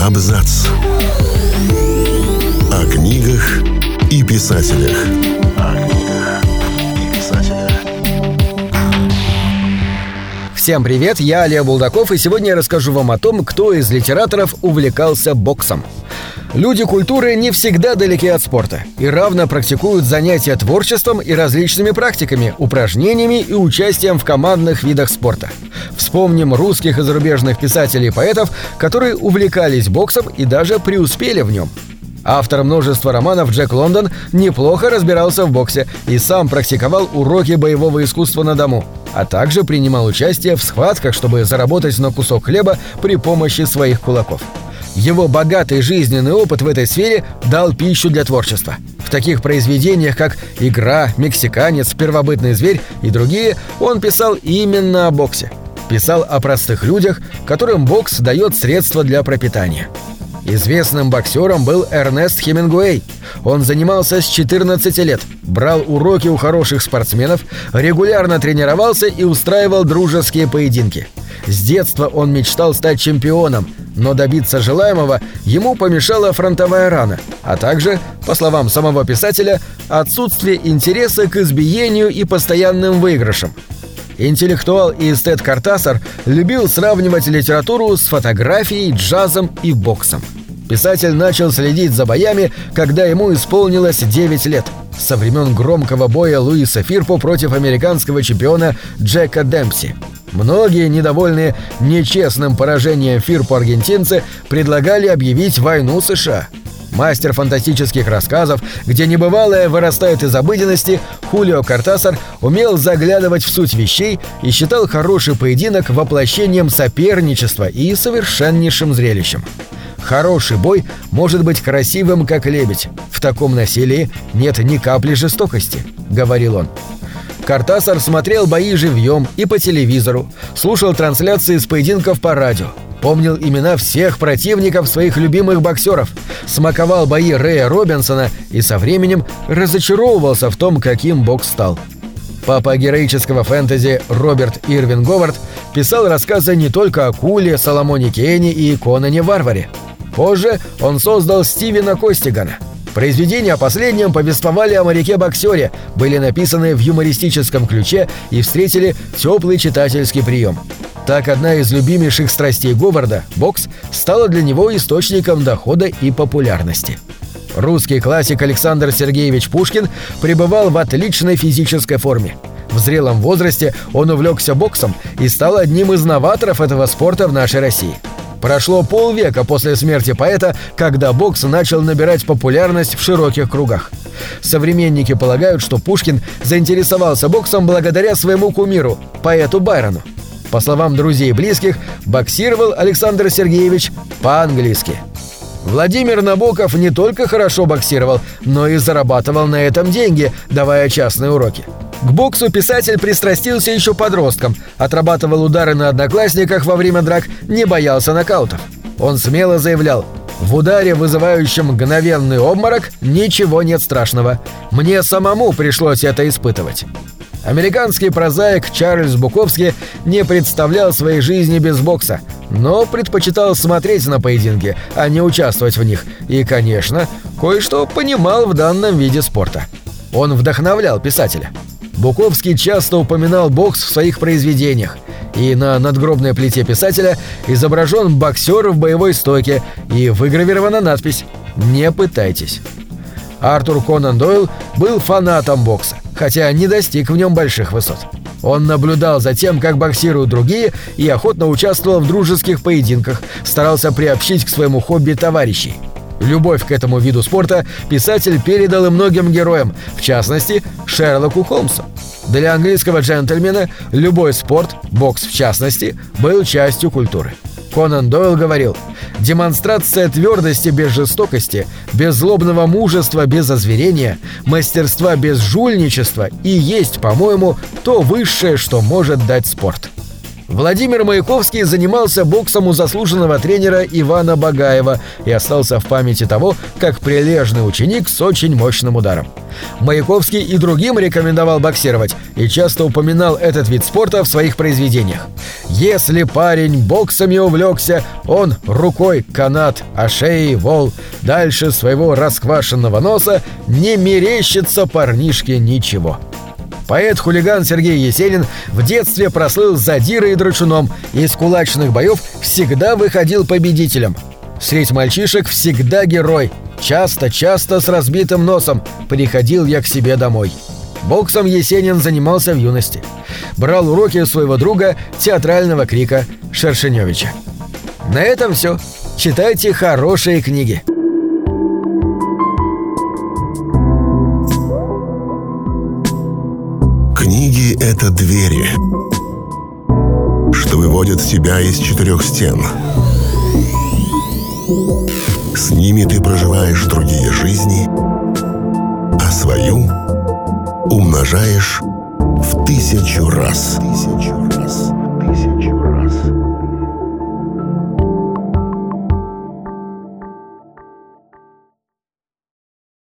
Абзац. О книгах и писателях. Всем привет, я Олег Булдаков, и сегодня я расскажу вам о том, кто из литераторов увлекался боксом. Люди культуры не всегда далеки от спорта и равно практикуют занятия творчеством и различными практиками, упражнениями и участием в командных видах спорта. Вспомним русских и зарубежных писателей и поэтов, которые увлекались боксом и даже преуспели в нем. Автор множества романов Джек Лондон неплохо разбирался в боксе и сам практиковал уроки боевого искусства на дому, а также принимал участие в схватках, чтобы заработать на кусок хлеба при помощи своих кулаков. Его богатый жизненный опыт в этой сфере дал пищу для творчества. В таких произведениях, как «Игра», «Мексиканец», «Первобытный зверь» и другие, он писал именно о боксе. Писал о простых людях, которым бокс дает средства для пропитания. Известным боксером был Эрнест Хемингуэй. Он занимался с 14 лет, брал уроки у хороших спортсменов, регулярно тренировался и устраивал дружеские поединки. С детства он мечтал стать чемпионом, но добиться желаемого ему помешала фронтовая рана, а также, по словам самого писателя, отсутствие интереса к избиению и постоянным выигрышам. Интеллектуал и эстет Кортасар любил сравнивать литературу с фотографией, джазом и боксом. Писатель начал следить за боями, когда ему исполнилось 9 лет, со времен громкого боя Луиса Фирпо против американского чемпиона Джека Демпси. Многие, недовольные нечестным поражением Фирпо аргентинцы, предлагали объявить войну США. Мастер фантастических рассказов, где небывалое вырастает из обыденности, Хулио Кортасар умел заглядывать в суть вещей и считал хороший поединок воплощением соперничества и совершеннейшим зрелищем. Хороший бой может быть красивым, как лебедь. В таком насилии нет ни капли жестокости, говорил он. Кортасар смотрел бои живьем и по телевизору, слушал трансляции с поединков по радио, помнил имена всех противников своих любимых боксеров, смаковал бои Рэя Робинсона и со временем разочаровывался в том, каким бокс стал. Папа героического фэнтези Роберт Ирвин Говард писал рассказы не только о Куле, Соломоне Кейне и Конане Варваре. Позже он создал Стивена Костигана. Произведения о последнем повествовали о моряке-боксере, были написаны в юмористическом ключе и встретили теплый читательский прием. Так одна из любимейших страстей Говарда, бокс, стала для него источником дохода и популярности. Русский классик Александр Сергеевич Пушкин пребывал в отличной физической форме. В зрелом возрасте он увлекся боксом и стал одним из новаторов этого спорта в нашей России. Прошло полвека после смерти поэта, когда бокс начал набирать популярность в широких кругах. Современники полагают, что Пушкин заинтересовался боксом благодаря своему кумиру, поэту Байрону. По словам друзей и близких, боксировал Александр Сергеевич по-английски. Владимир Набоков не только хорошо боксировал, но и зарабатывал на этом деньги, давая частные уроки. К боксу писатель пристрастился еще подростком, отрабатывал удары на одноклассниках во время драк, не боялся нокаутов. Он смело заявлял: «В ударе, вызывающем мгновенный обморок, ничего нет страшного. Мне самому пришлось это испытывать». Американский прозаик Чарльз Буковский не представлял своей жизни без бокса, но предпочитал смотреть на поединки, а не участвовать в них, и, конечно, кое-что понимал в данном виде спорта. Он вдохновлял писателя. Буковский часто упоминал бокс в своих произведениях, и на надгробной плите писателя изображен боксер в боевой стойке и выгравирована надпись «Не пытайтесь». Артур Конан Дойл был фанатом бокса, хотя не достиг в нем больших высот. Он наблюдал за тем, как боксируют другие, и охотно участвовал в дружеских поединках, старался приобщить к своему хобби товарищей. Любовь к этому виду спорта писатель передал и многим героям, в частности, Шерлоку Холмсу. Для английского джентльмена любой спорт, бокс в частности, был частью культуры. Конан Дойл говорил: «Демонстрация твердости без жестокости, без злобного мужества без озверения, мастерства без жульничества и есть, по-моему, то высшее, что может дать спорт». Владимир Маяковский занимался боксом у заслуженного тренера Ивана Багаева и остался в памяти того, как прилежный ученик с очень мощным ударом. Маяковский и другим рекомендовал боксировать и часто упоминал этот вид спорта в своих произведениях. «Если парень боксами увлекся, он рукой канат, а шеей вол. Дальше своего расквашенного носа не мерещится парнишке ничего». Поэт-хулиган Сергей Есенин в детстве прослыл задирой и драчуном и из кулачных боев всегда выходил победителем. Средь мальчишек всегда герой. Часто с разбитым носом приходил я к себе домой. Боксом Есенин занимался в юности. Брал уроки у своего друга театрального крика Шершеневича. На этом все. Читайте хорошие книги. Книги — это двери, что выводят тебя из четырех стен. С ними ты проживаешь другие жизни, а свою умножаешь в 1000 раз.